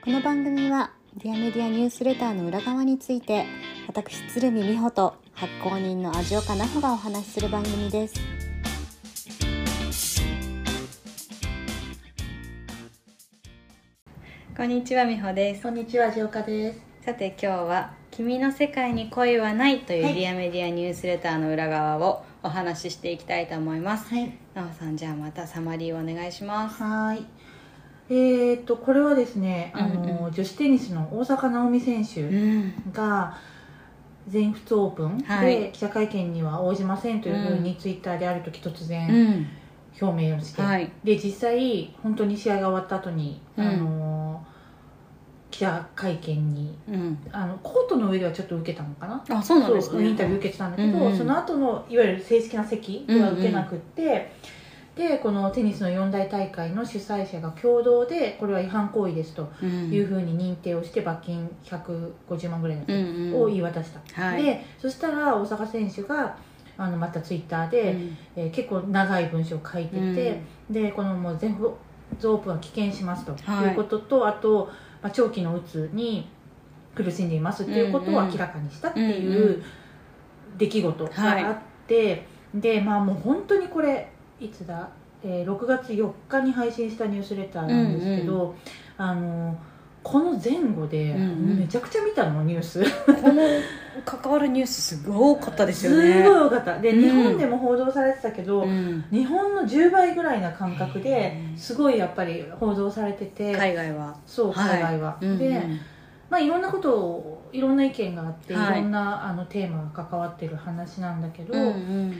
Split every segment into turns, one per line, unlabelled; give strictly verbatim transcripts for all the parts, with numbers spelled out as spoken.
この番組はディアメディアニュースレターの裏側について、私鶴見美穂と発行人の味岡奈穂がお話しする番組です。こんにちは、美穂です。
こんにちは、味岡です。
さて今日は君の世界に恋はないという、はい、ディアメディアニュースレターの裏側をお話ししていきたいと思います。はい、奈穂さん、じゃあまたサマリーをお願いします。
はい。えー、とこれはですね、あの、うんうん、女子テニスの大坂なおみ選手が全仏オープンで記者会見には応じませんというふうにツイッターである時突然表明をして、うんはい、で実際本当に試合が終わった後に、うん、あの記者会見に、うん、あのコートの上ではちょっと受けたのかな、
あ、そうなんですね、
インタビュー受けてたんだけど、うんうん、その後のいわゆる正式な席では受けなくって、うんうんでこのテニスの四大大会の主催者が共同でこれは違反行為ですというふうに認定をして罰金ひゃくごじゅうまんぐらいのやつを言い渡した、うんうん、でそしたら大坂選手があのまたツイッターで、うんえー、結構長い文章を書いてて、うん、でこのもう全仏オープンは棄権しますということと、はい、あと、まあ、長期のうつに苦しんでいますっていうことを明らかにしたっていう出来事があって、はい、でまあもう本当にこれいつだ、えー、ろくがつよっかに配信したニュースレターなんですけど、うんうん、あのこの前後でめちゃくちゃ見たの、ニュース
この関わるニュースすごい多かったですよね。
すごい多かったで、うん、日本でも報道されてたけど、うん、日本のじゅうばいぐらいな感覚ですごいやっぱり報道されてて、
海外は
そう海外は、はい、で、うんうんまあ、いろんなことをいろんな意見があって、はい、いろんなあのテーマが関わってる話なんだけど、うんうん、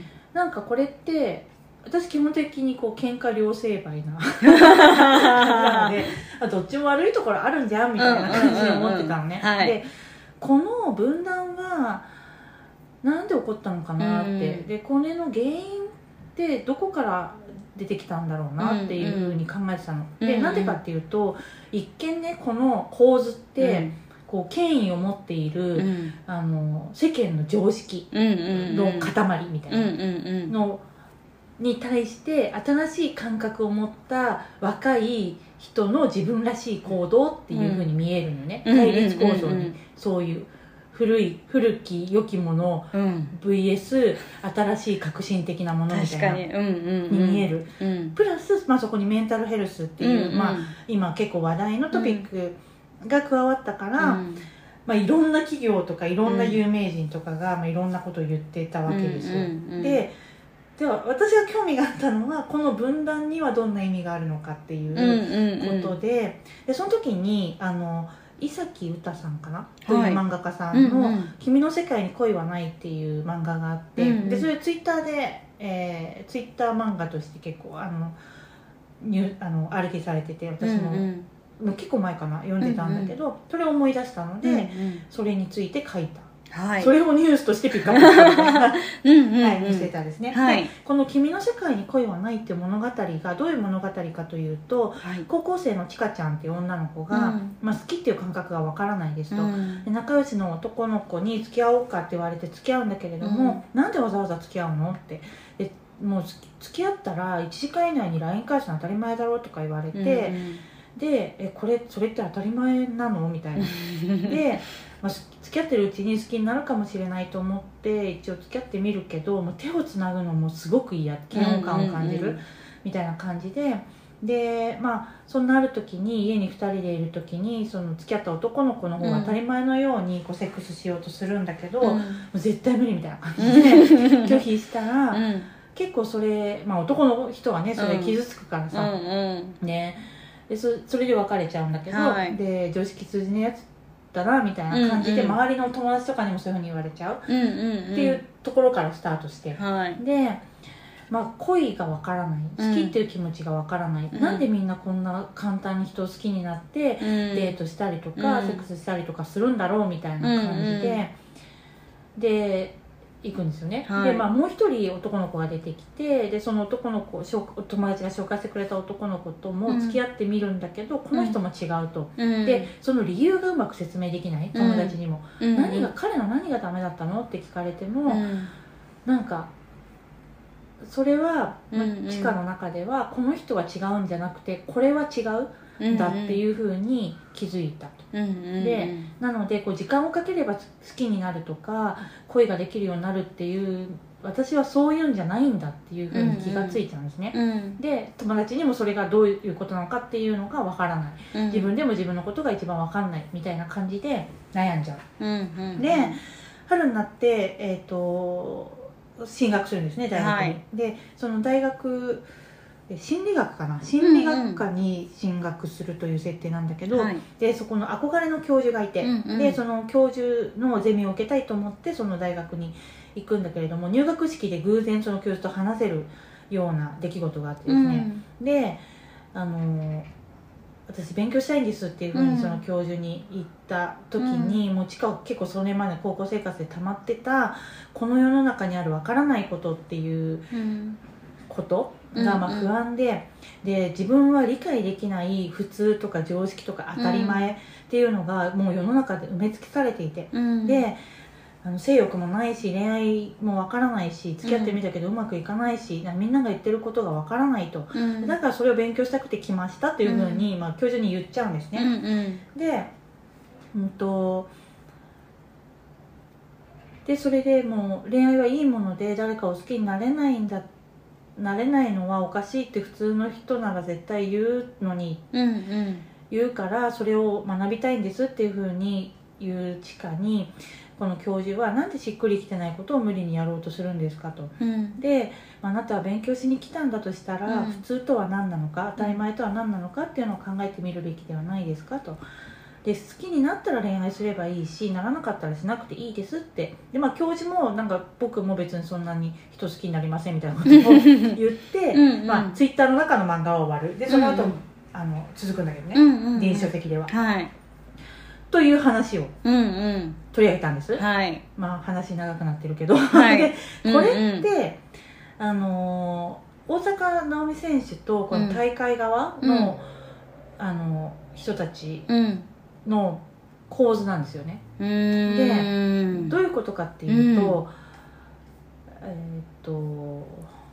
なんかこれって私基本的にこう喧嘩両成敗ななのでどっちも悪いところあるんじゃんみたいな感じで思ってたのね、うんうんうんはい、でこの分断はなんで起こったのかなって、うん、でこれの原因ってどこから出てきたんだろうなっていうふうに考えてたの、うんうん、でなんでかっていうと一見ねこの構図って、うんこう権威を持っている、うん、あの世間の常識の塊みたいなのに対して新しい感覚を持った若い人の自分らしい行動っていう風に見えるのね、うん、対立構造にそういう古い古き良きもの、うん、ブイエス 新しい革新的なものみたいなに見える、うん、プラス、まあ、そこにメンタルヘルスっていう、うんうんまあ、今結構話題のトピックが加わったから、うんまあ、いろんな企業とかいろんな有名人とかが、うんまあ、いろんなことを言ってたわけですよ、うんうんうん、ででは私が興味があったのはこの分断にはどんな意味があるのかっていうことで、うんうんうん、でその時にあの伊崎詩さんかなという漫画家さんの、はいうんうん「君の世界に恋はない」っていう漫画があって、うんうん、でそれツイッターで、えー、ツイッター漫画として結構あのにあの歩きされてて私も、うんうん、結構前かな読んでたんだけど、うんうん、それを思い出したので、うんうん、それについて書いた。はい、それをニュースとしてピックアップしたみたいなうんうん、うんはい、ニュースレターですね、はい、でこの「君の世界に恋はない」っていう物語がどういう物語かというと、はい、高校生のちかちゃんっていう女の子が、うんまあ、好きっていう感覚がわからないですと、うん、で仲良しの男の子に付き合おうかって言われて付き合うんだけれども、うん、なんでわざわざ付き合うのってでもう付き合ったらいちじかん以内に ライン 返すの当たり前だろうとか言われて、うんうんでえこれそれって当たり前なのみたいなで、まあ、付き合ってるうちに好きになるかもしれないと思って一応付き合ってみるけどもう手をつなぐのもすごく嫌嫌悪感を感じる、うんうんうん、みたいな感じででまあそんなある時に家にふたりでいる時にその付き合った男の子の方が当たり前のようにこうセックスしようとするんだけど、うん、もう絶対無理みたいな感じで拒否したら、うん、結構それ、まあ、男の人はねそれ傷つくからさ、うんうんうん、ねで そ, それで別れちゃうんだけど、はい、で常識通じねえやつだなみたいな感じで、うんうん、周りの友達とかにもそういうふうに言われちゃう、うんうんうん、っていうところからスタートして、はい、で、まあ、恋がわからない好きっていう気持ちがわからない、うん、なんでみんなこんな簡単に人を好きになって、うん、デートしたりとか、うん、セックスしたりとかするんだろうみたいな感じで、うんうん、で行くんですよね、はい、でまあ、もう一人男の子が出てきてでその男の子友達が紹介してくれた男の子とも付き合ってみるんだけど、うん、この人も違うと、うん、でその理由がうまく説明できない友達にも、うん、何が彼の何がダメだったのって聞かれても、うん、なんかそれは、まあ、地下の中ではこの人は違うんじゃなくてこれは違うだっていうふうに気づいたと、うんうんうん、でなのでこう時間をかければ好きになるとか恋ができるようになるっていう私はそういうんじゃないんだっていうふうに気がついたんですね、うんうん、で友達にもそれがどういうことなのかっていうのがわからない、うん、自分でも自分のことが一番わかんないみたいな感じで悩んじゃう、うんうんうん、で春になって、えーと、進学するんですね大学に、はい、でその大学心理学かな心理学科に進学するという設定なんだけど、うんうん、でそこの憧れの教授がいて、うんうん、でその教授のゼミを受けたいと思ってその大学に行くんだけれども入学式で偶然その教授と話せるような出来事があってですね、うん、であの私勉強したいんですっていうふうにその教授に言った時に、うん、もう近く結構それまで高校生活で溜まってたこの世の中にあるわからないことっていうことがまあ不安で、うんうん、で自分は理解できない普通とか常識とか当たり前っていうのがもう世の中で埋め尽くされていて、うん、であの性欲もないし恋愛もわからないし付き合ってみたけどうまくいかないし、うん、みんなが言ってることがわからないと、うん、だからそれを勉強したくて来ましたっていうふうに、うんまあ、教授に言っちゃうんですね、うんうん、で、うんとでそれでもう恋愛はいいもので誰かを好きになれないんだなれないのはおかしいって普通の人なら絶対言うのに、うんうん、言うからそれを学びたいんですっていうふうに言う地下にこの教授はなんでしっくりきてないことを無理にやろうとするんですかと、うん、であなたは勉強しに来たんだとしたら、うん、普通とは何なのか当たり前とは何なのかっていうのを考えてみるべきではないですかと、で好きになったら恋愛すればいいしならなかったらしなくていいですってで、まあ、教授もなんか僕も別にそんなに人好きになりませんみたいなことを言ってうん、まあ、ツイッターの中の漫画は終わるでその後、うんうん、あの続くんだけどね、うんうんうん、電子書籍では、はい、という話を取り上げたんです、うんうんはいまあ、話長くなってるけど、はい、でこれって、うんうん、あの大坂なおみ選手とこの大会側の、うん、あの人たち、うんの構図なんですよね。でどういうことかっていうと、うん、えー、っと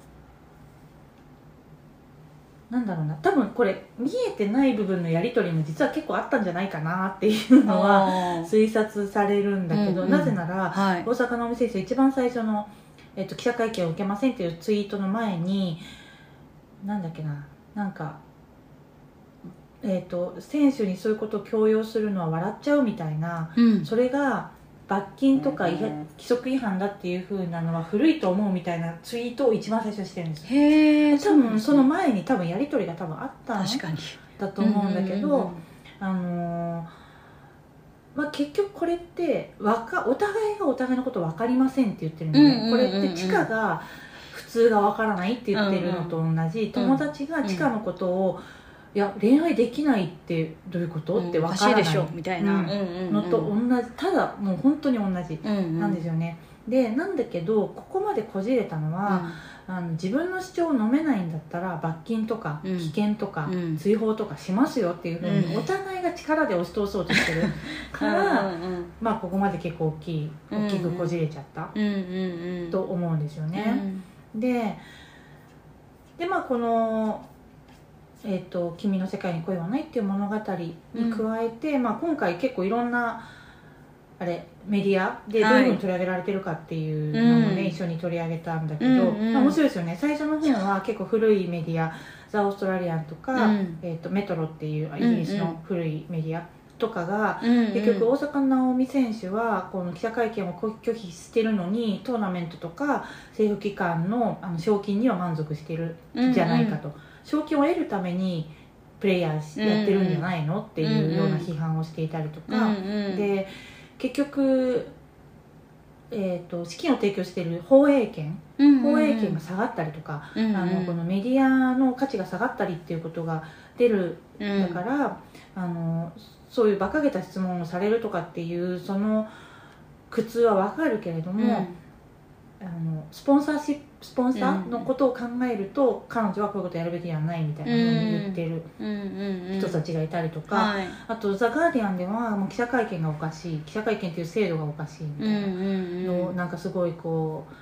なんだろうな多分これ見えてない部分のやり取りも実は結構あったんじゃないかなっていうのは推察されるんだけど、うんうん、なぜなら、はい、大坂なおみ選手一番最初の、えー、っと記者会見を受けませんっていうツイートの前になんだっけななんかえー、と選手にそういうことを強要するのは笑っちゃうみたいな、うん、それが罰金とか規則違反だっていう風なのは古いと思うみたいなツイートを一番最初にしてるんですよ。へー多分その前に多分やり取りが多分あったのだと思うんだけど、あのーまあ、結局これってわかお互いがお互いのこと分かりませんって言ってるので、うんうんうんうん、これって知花が普通が分からないって言ってるのと同じ、うんうん、友達が知花のことをいや恋愛できないってどういうこと、うん、って分からない
でしょみたいな
のと同じただもう本当に同じなんですよね、うんうん、でなんだけどここまでこじれたのは、うん、あの自分の主張を飲めないんだったら罰金とか危険とか、うん、追放とかしますよっていうふうに、うん、お互いが力で押し通そうとしてるからうん、まあここまで結構大きい大きくこじれちゃった、うんうん、と思うんですよね、うん、ででまあこのえーと「君の世界に恋はない」っていう物語に加えて、うんまあ、今回結構いろんなあれメディアでどういうふうに取り上げられてるかっていうのもね、はい、一緒に取り上げたんだけど、うんうんまあ、面白いですよね。最初の本は結構古いメディアザ・オーストラリアンとか、うんえー、とメトロっていうイギリスの古いメディアとかが、うんうん、結局大坂なおみ選手はこの記者会見を拒否してるのにトーナメントとか政府機関 の, あの賞金には満足してるんじゃないかと。うんうん賞金を得るためにプレイヤーやってるんじゃないの、うんうん、っていうような批判をしていたりとか、うんうん、で結局、えーと、資金を提供している放映権、うんうん、放映権が下がったりとか、うんうん、あのこのメディアの価値が下がったりっていうことが出る、うん、だからあのそういう馬鹿げた質問をされるとかっていうその苦痛は分かるけれども、うんあのスポンサーシップスポンサーのことを考えると、うん、彼女はこういうことやるべきではないみたいなふうに言ってる人たちがいたりとか、うんうんうん、あとザ・ガーディアンではもう記者会見がおかしい記者会見という制度がおかしいみたいなのを、うんうんうん、なんかすごいこ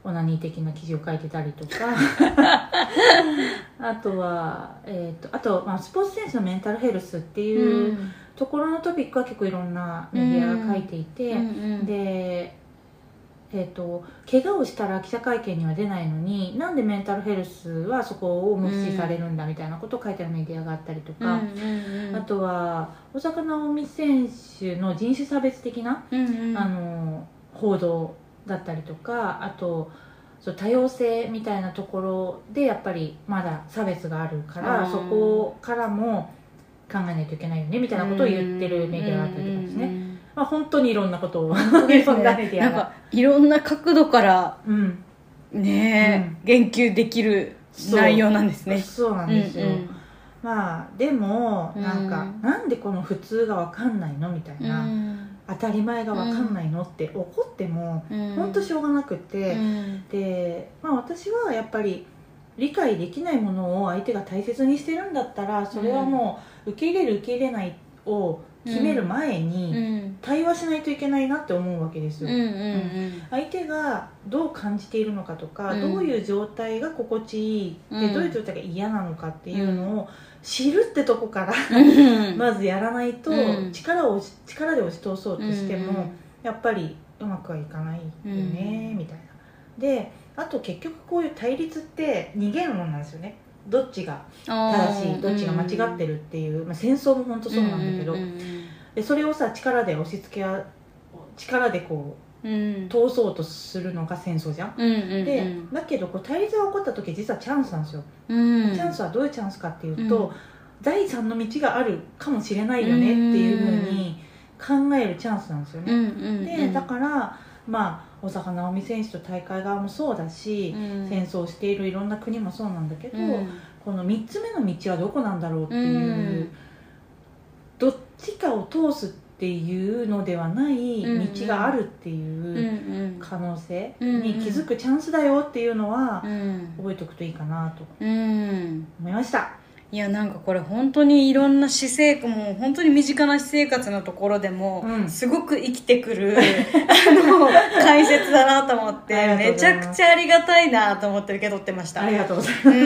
オナニー的な記事を書いてたりとかあとは、えー、とあと、まあ、スポーツ選手のメンタルヘルスっていう、うん、ところのトピックは結構いろんなメディアが書いていて、うんうん、で、えー、と怪我をしたら記者会見には出ないのになんでメンタルヘルスはそこを無視されるんだみたいなことを書いてあるメディアがあったりとか、うんうんうん、あとは大坂なおみ選手の人種差別的な、うんうん、あの報道だったりとか、あとそう多様性みたいなところでやっぱりまだ差別があるからそこからも考えないといけないよねみたいなことを言ってるメディアがあったりとかですね、まあ、本当にいろんなことを本当にいろんなメディアがなんか
いろんな角度から、うん、ねえ、うん、言及できる内容なんですね。
そうなんですよ、うんうん、まあでもなんか、うん、なんでこの普通が分かんないのみたいな、うん、当たり前が分かんないのって怒っても本当しょうがなくて、うん、で、まあ、私はやっぱり理解できないものを相手が大切にしてるんだったらそれはもう受け入れる受け入れないを決める前に対話しないといけないなって思うわけですよ、うんうんうん、相手がどう感じているのかとか、うん、どういう状態が心地いいで、うん、どういう状態が嫌なのかっていうのを知るってとこから、うん、まずやらないと、うん、力を力で押し通そうとしても、うん、やっぱりうまくはいかないよね、うん、みたいな。であと結局こういう対立って逃げるものなんですよね。どっちが正しいどっちが間違ってるっていう、まあ、戦争も本当そうなんだけど、うんうんうん、でそれをさ力で押し付けや力でこう、うん、通そうとするのが戦争じゃん、うんうんうん、でだけどこう対立が起こった時実はチャンスなんですよ、うん、チャンスはどういうチャンスかっていうと、うん、だいさんの道があるかもしれないよねっていうふうに考えるチャンスなんですよね、うんうんうん、でだからまあ大坂なおみ選手と大会側もそうだし、うん、戦争をしているいろんな国もそうなんだけど、うん、このみっつめの道はどこなんだろうっていう、うん、どっちかを通すっていうのではない道があるっていう可能性に気づくチャンスだよっていうのは覚えておくといいかなと思いました。
いやなんかこれ本当にいろんな私生活もう本当に身近な私生活のところでも、うん、すごく生きてくるあの解説だなと思ってめちゃくちゃありがたいなと思って受け取ってました。
ありがとうございます、うん、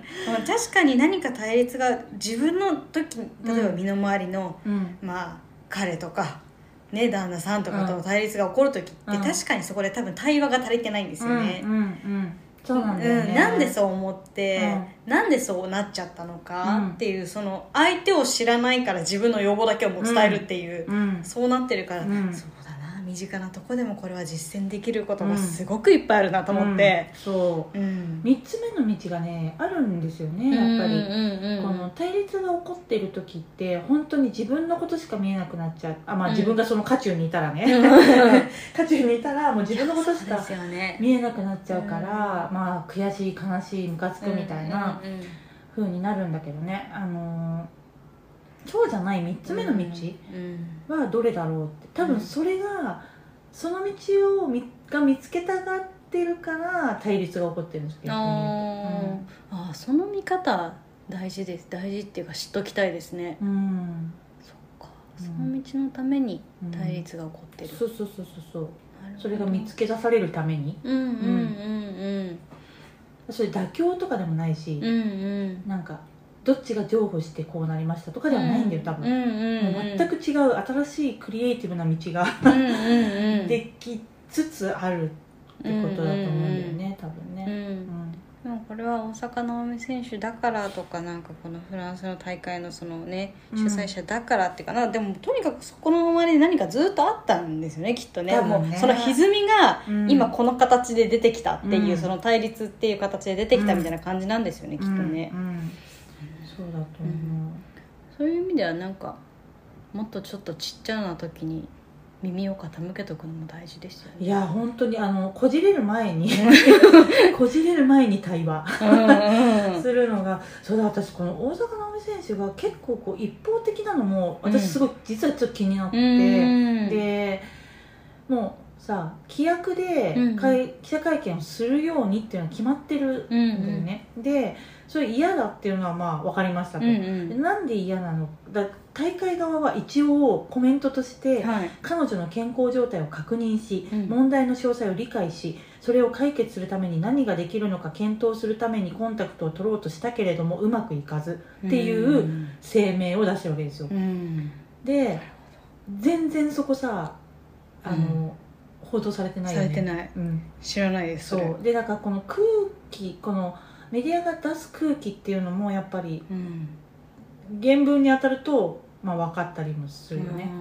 確かに何か対立が自分の時例えば身の回りの、うん、まあ彼とかね、旦那さんとかとの対立が起こる時って、うん、確かにそこで多分対話が足りてないんですよね、
うんうんうんそうなんだよね、
うん、なんでそう思って、うん、なんでそうなっちゃったのか、うん、っていうその相手を知らないから自分の要望だけをもう伝えるっていう、うん、そうなってるから、うん、そうだな身近なとこでもこれは実践できることがすごくいっぱいあるなと思って、
うん、そう、うん、みっつめの道がねあるんですよねやっぱり、うんうんうん、この対立が起こっている時って本当に自分のことしか見えなくなっちゃうあ、まあ、自分がその渦中にいたらね、うん、渦中にいたらもう自分のことしか見えなくなっちゃうから、うん、まあ悔しい悲しいムカつくみたいな風になるんだけどね、あのー、そうじゃないみっつめの道はどれだろうって多分それがその道をみが見つけたがってるから対立が起こってるんですけど、
ね、うん、ああその見方大事です大事っていうか知っときたいですね、うん、そっか、うん、その道のために対立が起こってる、
うん、そうそうそうそうそうそれが見つけ出されるためにうんうんうんうんそれ妥協とかでもないし、うんうん、なんかどっちが譲歩してこうなりましたとかではないんだよ多分、うんうんうん、もう全く違う新しいクリエイティブな道がうんうん、うん、できつつあるってことだと思うんだよね、うんうん、多分ね、うんうん
でもこれは大坂なおみ選手だからとかなんかこのフランスの大会のそのね主催者だからっていうかな、うん、でもとにかくそこの周りに何かずっとあったんですよねきっと ね, ねもうその歪みが今この形で出てきたっていう、うん、その対立っていう形で出てきたみたいな感じなんですよね、うん、きっとね、うんうん、
そうだと思う、うん、
そういう意味ではなんかもっとちょっとちっちゃな時に耳を傾けとくのも大事ですよね。
いや本当にあのこじれる前にこじれる前に対話するのがそうだ私この大坂なおみ選手が結構こう一方的なのも私すごい実はちょっと気になって、うん、でもうさ規約で、うん、記者会見をするようにっていうのは決まってるんだよね、うんうん、でそれ嫌だっていうのはまあ分かりましたと、うんうん、なんで嫌なのだ、大会側は一応コメントとして、はい、彼女の健康状態を確認し、うん、問題の詳細を理解し、それを解決するために何ができるのか検討するためにコンタクトを取ろうとしたけれどもうまくいかずっていう声明を出してるわけですよ、うん、で全然そこさあの、うん報道されてないよね。
されてない、うん、知らないです。
そうでだからこの空気、このメディアが出す空気っていうのもやっぱり、うん、原文に当たると、まあ、分かったりもするよね、うん、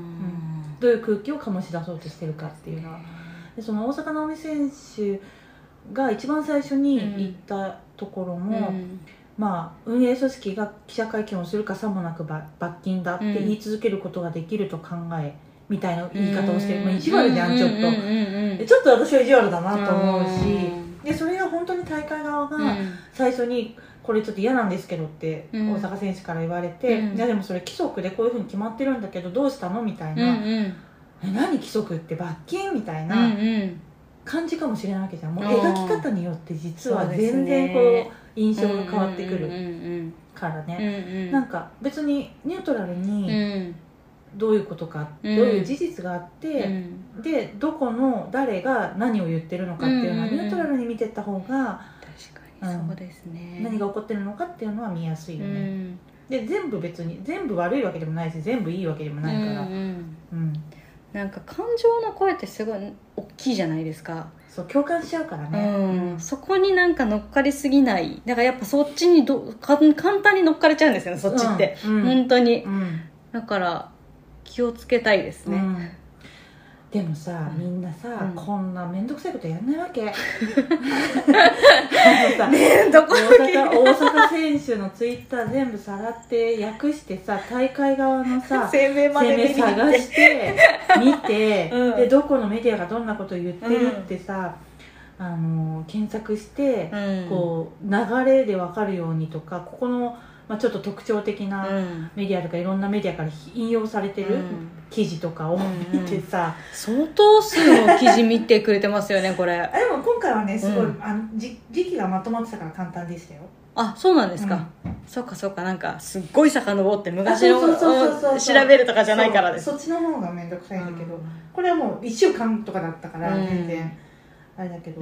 どういう空気を醸し出そうとしてるかっていうのは。でその大坂なおみ選手が一番最初に言ったところも、うん、まあ、運営組織が記者会見をするかさもなく罰金だって言い続けることができると考え、みたいな言い方をして、まあ、意地悪じゃんちょっと、ちょっと私は意地悪だなと思うし、でそれが本当に大会側が最初にこれちょっと嫌なんですけどって大坂選手から言われて、うん、いやでもそれ規則でこういうふうに決まってるんだけどどうしたのみたいな、うんうん、え何規則って罰金みたいな感じかもしれないわけじゃん。もう描き方によって実は全然こう印象が変わってくるからね、なんか別にニュートラルに、うんどういうことか、うん、どういう事実があって、うん、でどこの誰が何を言ってるのかっていうのは、うんうんうん、ニュートラルに見てった方が
確かにそうですね、
うん、何が起こってるのかっていうのは見やすいよね、うん、で全部別に全部悪いわけでもないし全部いいわけでもないから、うんうん
うん、なんか感情の声ってすごい大きいじゃないですか。
そう共感しちゃうからね、
うんうん、そこになんか乗っかりすぎない。だからやっぱそっちにどか簡単に乗っかれちゃうんですよねそっちって、うんうん、本当に、うん、だから気をつけたいですね、うん、
でもさ、うん、みんなさ、うん、こんな面倒くさいことやんないわけね
えどこ
大阪、大阪選手のツイッター全部さらって訳してさ大会側のさ
声明まで見て
探して見て、うん、でどこのメディアがどんなことを言ってるってさ、うん、あの検索して、うん、こう流れで分かるようにとかここのまあ、ちょっと特徴的なメディアとかいろんなメディアから引用されてる記事とかを見てさ、
うんうん、相当数の記事見てくれてますよねこれ。
でも今回はねすごい、うん、あの時期がまとまってたから簡単でしたよ。
あ、そうなんですか、うん、そうかそうか。なんかすっごい遡って昔のを調べるとかじゃないからです。
そ, そっちの方がめんどくさいんだけど、うん、これはもういっしゅうかんとかだったから全然、うん、あれだけど、うん、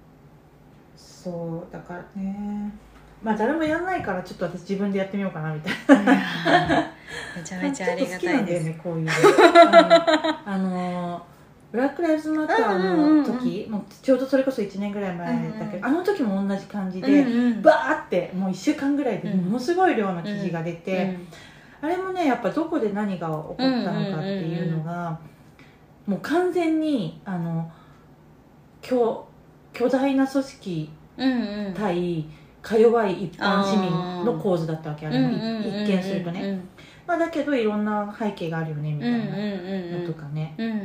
そうだからねまあ誰もやんないからちょっと私自分でやってみようかなみたいな
めちゃめちゃありがたいです。
ちょっと好きなんだよねこういうのあのブラックライブズマッターの時、うんうんうん、もうちょうどそれこそいちねんぐらい前だけど、うんうん、あの時も同じ感じで、うんうん、バーってもういっしゅうかんぐらいでものすごい量の記事が出て、うんうん、あれもねやっぱどこで何が起こったのかっていうのが、うんうんうん、もう完全にあの 巨, 巨大な組織対、うんうんか弱い一般市民の構図だったわけあれも、うんうんうんうん、一見するとね、うんまあ、だけどいろんな背景があるよねみたいなのとかね、うんうんうん、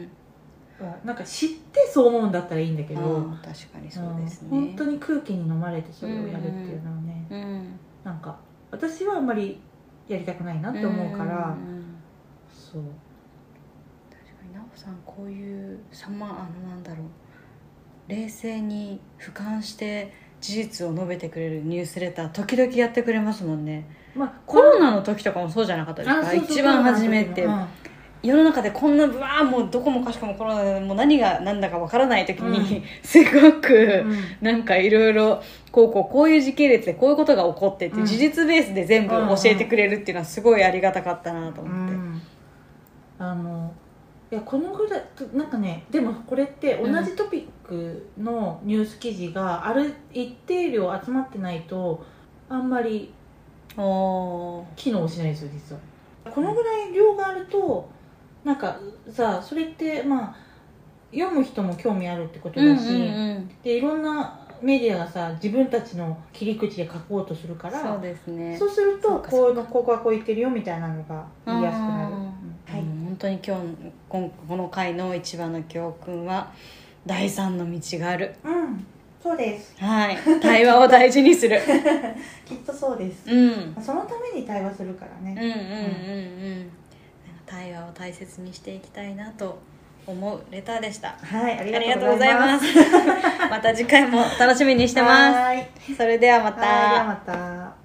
なんか知ってそう思うんだったらいいんだけど
確かにそうですね、
うん、本当に空気に飲まれてそれをやるっていうのはね、うんうん、なんか私はあんまりやりたくないなって思うから、うんうんうん、そう
確かに奈緒さんこういうさまあのなんだろう冷静に俯瞰して事実を述べてくれるニュースレター時々やってくれますもんね、まあ、コロナの時とかもそうじゃなかったですか。そうそう一番初めって、うん、世の中でこんなブワーもうどこもかしこもコロナでもう何が何だかわからない時に、うん、すごくなんかいろいろこうこうこういう時系列でこういうことが起こってって事実ベースで全部教えてくれるっていうのはすごいありがたかったなと思って、うん、
あのいやこのぐらいなんかねでもこれって同じトピックのニュース記事がある一定量集まってないとあんまり機能しないですよ実は。このぐらい量があるとなんかさそれってまあ読む人も興味あるってことだし、うんうんうん、でいろんなメディアがさ自分たちの切り口で書こうとするから
そうですね。
そうするとこうここはこう言ってるよみたいなのが言いやすくなる。
はい、本当に今日この回の一番の教訓は第三の道がある。
うんそうです。
はい、対話を大事にする
きっとそうです、
うん、
そのために対話するからね。
うんうんうんうん、対話を大切にしていきたいなと思うレターでした。
はい、ありがとうございます。
また次回も楽しみにしてます。それではまた。
はい、ではまた。